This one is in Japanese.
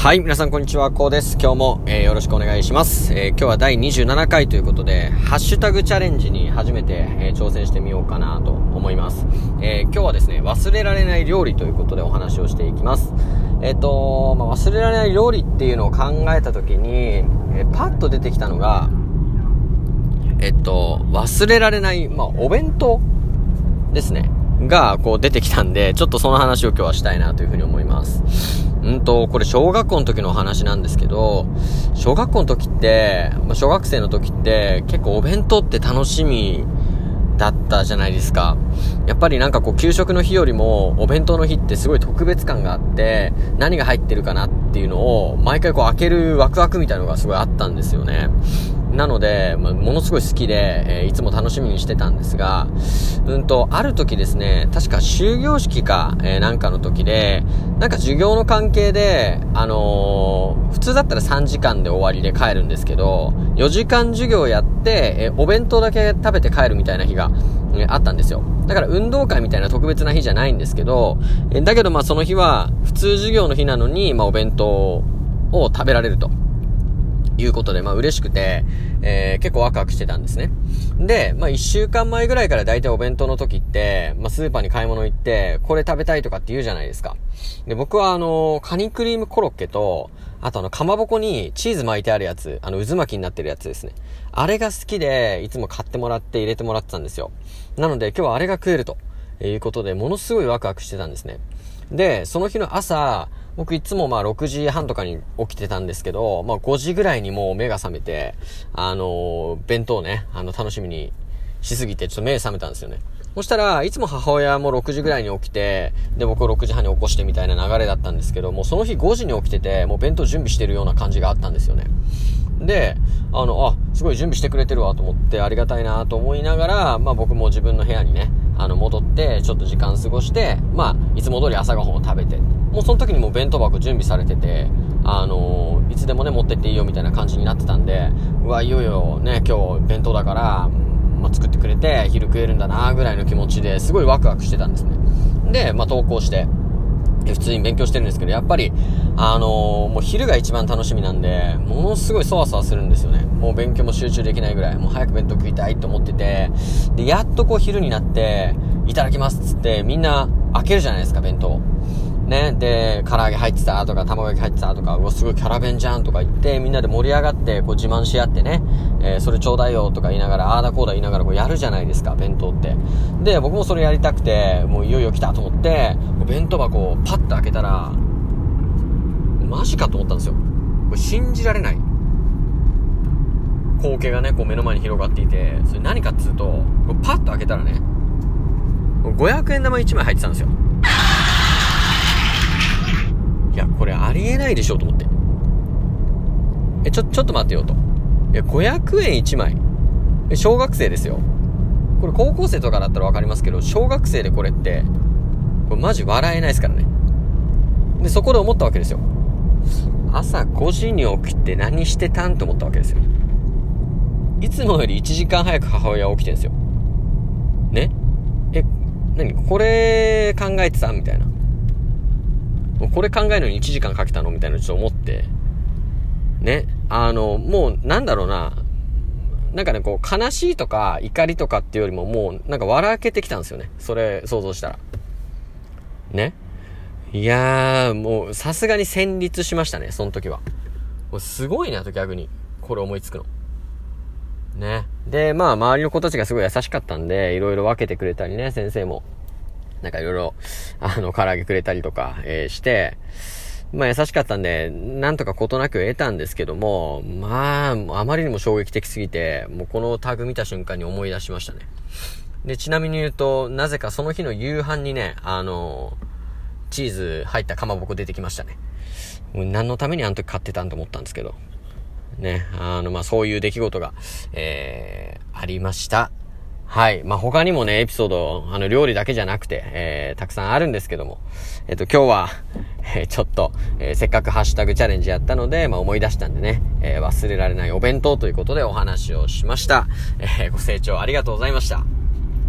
はい、皆さんこんにちは、こうです。今日も、よろしくお願いします。今日は第27回ということで、ハッシュタグチャレンジに初めて、挑戦してみようかなと思います。今日はですね、忘れられない料理ということでお話をしていきます。忘れられない料理っていうのを考えたときに、パッと出てきたのが、忘れられない、お弁当ですね。が、出てきたんで、ちょっとその話を今日はしたいなというふうに思います。これ小学校の時のお話なんですけど、小学校の時って、小学生の時って結構お弁当って楽しみだったじゃないですか。やっぱり給食の日よりもお弁当の日ってすごい特別感があって、何が入ってるかなっていうのを毎回開けるワクワクみたいなのがすごいあったんですよね。なので、ものすごい好きで、いつも楽しみにしてたんですが、ある時ですね、確か終業式か、なんかの時で、授業の関係で、普通だったら3時間で終わりで帰るんですけど、4時間授業やって、お弁当だけ食べて帰るみたいな日が、あったんですよ。だから運動会みたいな特別な日じゃないんですけど、だけどその日は普通授業の日なのに、お弁当を食べられるということで、嬉しくて、結構ワクワクしてたんですね。で、1週間前ぐらいから大体お弁当の時って、スーパーに買い物行って、これ食べたいとかって言うじゃないですか。で、僕はカニクリームコロッケと、あとかまぼこにチーズ巻いてあるやつ、渦巻きになってるやつですね。あれが好きで、いつも買ってもらって入れてもらってたんですよ。なので今日はあれが食えるということで、ものすごいワクワクしてたんですね。で、その日の朝、僕いつも6時半とかに起きてたんですけど、5時ぐらいにもう目が覚めて、弁当をね、楽しみにしすぎてちょっと目覚めたんですよね。そしたらいつも母親も6時ぐらいに起きて、で僕を6時半に起こしてみたいな流れだったんですけども、その日5時に起きてて、もう弁当準備してるような感じがあったんですよね。で、すごい準備してくれてるわと思って、ありがたいなと思いながら、僕も自分の部屋にね、戻って、ちょっと時間過ごして、いつも通り朝ごはんを食べて、もうその時にもう弁当箱準備されてて、いつでもね、持ってっていいよみたいな感じになってたんで、いよいよね、今日弁当だから、作ってくれて、昼食えるんだなぐらいの気持ちですごいワクワクしてたんですね。で、登校して、普通に勉強してるんですけど、やっぱり、もう昼が一番楽しみなんで、ものすごいそわそわするんですよね。もう勉強も集中できないぐらい、もう早く弁当食いたいと思ってて、で、やっと昼になって、いただきますっつって、みんな開けるじゃないですか、弁当。ね、で、唐揚げ入ってたとか、卵焼き入ってたとか、すごいキャラ弁じゃんとか言って、みんなで盛り上がって、自慢し合ってね、それちょうだいよとか言いながら、あーだこうだ言いながらやるじゃないですか、弁当って。で、僕もそれやりたくて、もういよいよ来たと思って、弁当箱をパッと開けたら、マジかと思ったんですよ。これ信じられない。光景がね、目の前に広がっていて、それ何かっつうと、パッと開けたらね、500円玉1枚入ってたんですよ。いや、これありえないでしょと思って。ちょっと待ってよと。500円1枚。小学生ですよ。これ高校生とかだったらわかりますけど、小学生でこれって、マジ笑えないですからね。で、そこで思ったわけですよ。朝5時に起きて何してたんと思ったわけですよ。いつもより1時間早く母親は起きてるんですよ。ね？何これ考えてたみたいな。これ考えるのに1時間かけたのみたいなちょっと思って。ね。もうなんだろうな。悲しいとか怒りとかっていうよりももう笑けてきたんですよね。それ想像したら。ね。いやー、もうさすがに戦慄しましたね、その時は。もうすごいなと逆に、これ思いつくの。ね。で、周りの子たちがすごい優しかったんで、いろいろ分けてくれたりね、先生も。いろいろ、唐揚げくれたりとか、して、優しかったんで、なんとか事なく得たんですけども、あまりにも衝撃的すぎて、もうこのタグ見た瞬間に思い出しましたね。で、ちなみに言うと、なぜかその日の夕飯にね、チーズ入ったかまぼこ出てきましたね。もう何のためにあの時買ってたんと思ったんですけど。ね、そういう出来事が、ありました。はい。他にもね、エピソード、料理だけじゃなくて、たくさんあるんですけども、今日は、ちょっと、せっかくハッシュタグチャレンジやったので、思い出したんでね、忘れられないお弁当ということでお話をしました。ご清聴ありがとうございました。